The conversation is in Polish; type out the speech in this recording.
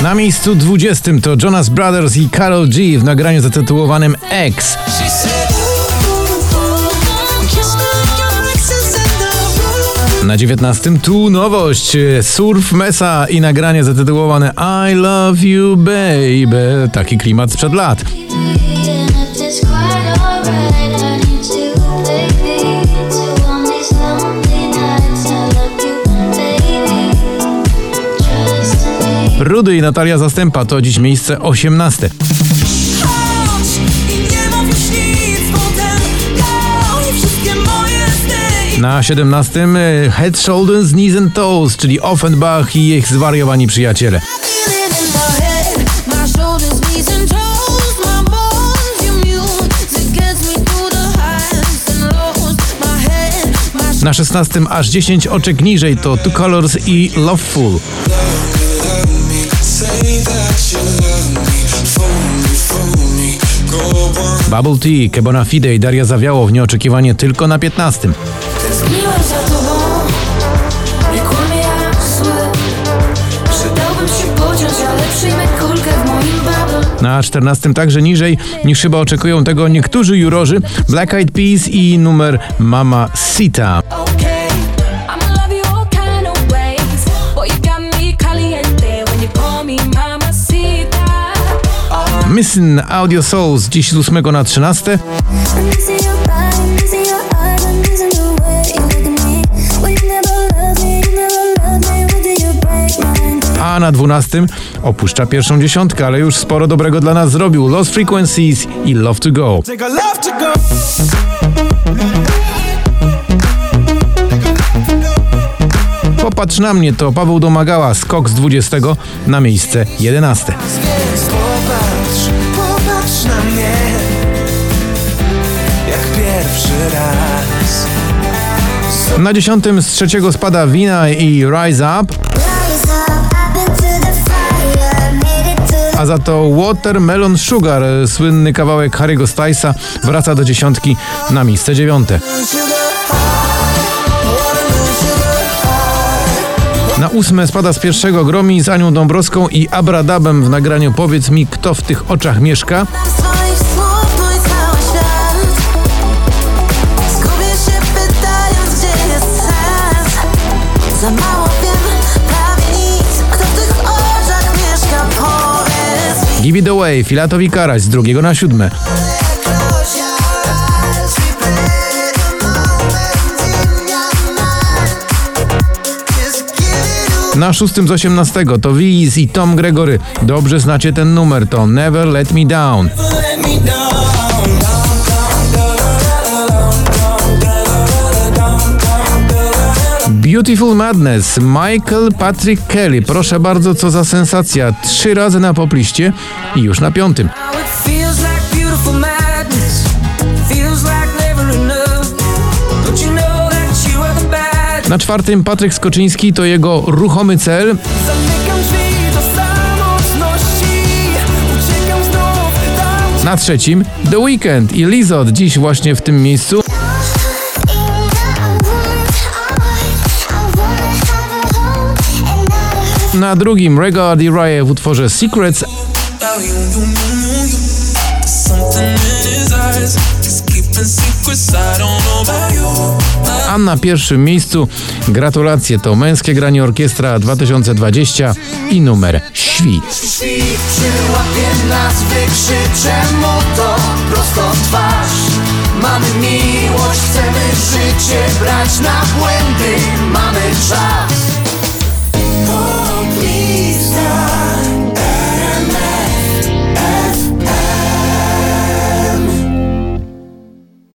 Na miejscu 20 to Jonas Brothers i Karol G w nagraniu zatytułowanym X. Na 19 tu nowość, Surf Mesa i nagranie zatytułowane I Love You Baby. Taki klimat sprzed lat. Rudy i Natalia Zastępa to dziś miejsce 18. Na 17 Head, Shoulders, Knees and Toes, czyli Offenbach i ich zwariowani przyjaciele. Na 16 aż 10 oczek niżej to Two Colors i Loveful. Bubble Tea, Kebona Fide i Daria Zawiało w Nieoczekiwanie tylko na 15. Na 14 także niżej niż chyba oczekują tego niektórzy jurorzy, Black Eyed Peas i numer Mama Sita. Missing Audio Souls dziś z 8 na 13. A na 12 opuszcza pierwszą dziesiątkę, ale już sporo dobrego dla nas zrobił. Lost Frequencies i Love to Go. Popatrz na mnie to Paweł Domagała, skok z 20 na miejsce 11. Popatrz na mnie, jak pierwszy raz. Na 10 z 3 spada Wina i Rise Up. A za to Watermelon Sugar, słynny kawałek Harry'ego Stylesa, wraca do 10 na miejsce 9. Na 8 spada z pierwszego Gromi z Anią Dąbrowską i Abradabem w nagraniu Powiedz mi, kto w tych oczach mieszka. Give It Away, Filatowi Karaś z 2 na 7. Na 6 z 18 to Wiz i Tom Gregory. Dobrze znacie ten numer, to Never Let Me Down. Beautiful Madness, Michael Patrick Kelly. Proszę bardzo, co za sensacja. 3 razy na popliście i już na 5. Na 4 Patryk Skoczyński, to jego Ruchomy cel. Na 3 The Weeknd i Lizzo, dziś właśnie w tym miejscu. Na 2 Regard i Rye w utworze Secrets. A na 1 miejscu gratulacje, to Męskie Granie Orkiestra 2020 i numer Świt. Przyłapie nas, wykrzyczę mu to prosto w twarz. Mamy miłość, chcemy życie brać na błędy, mamy czas. Oh, please.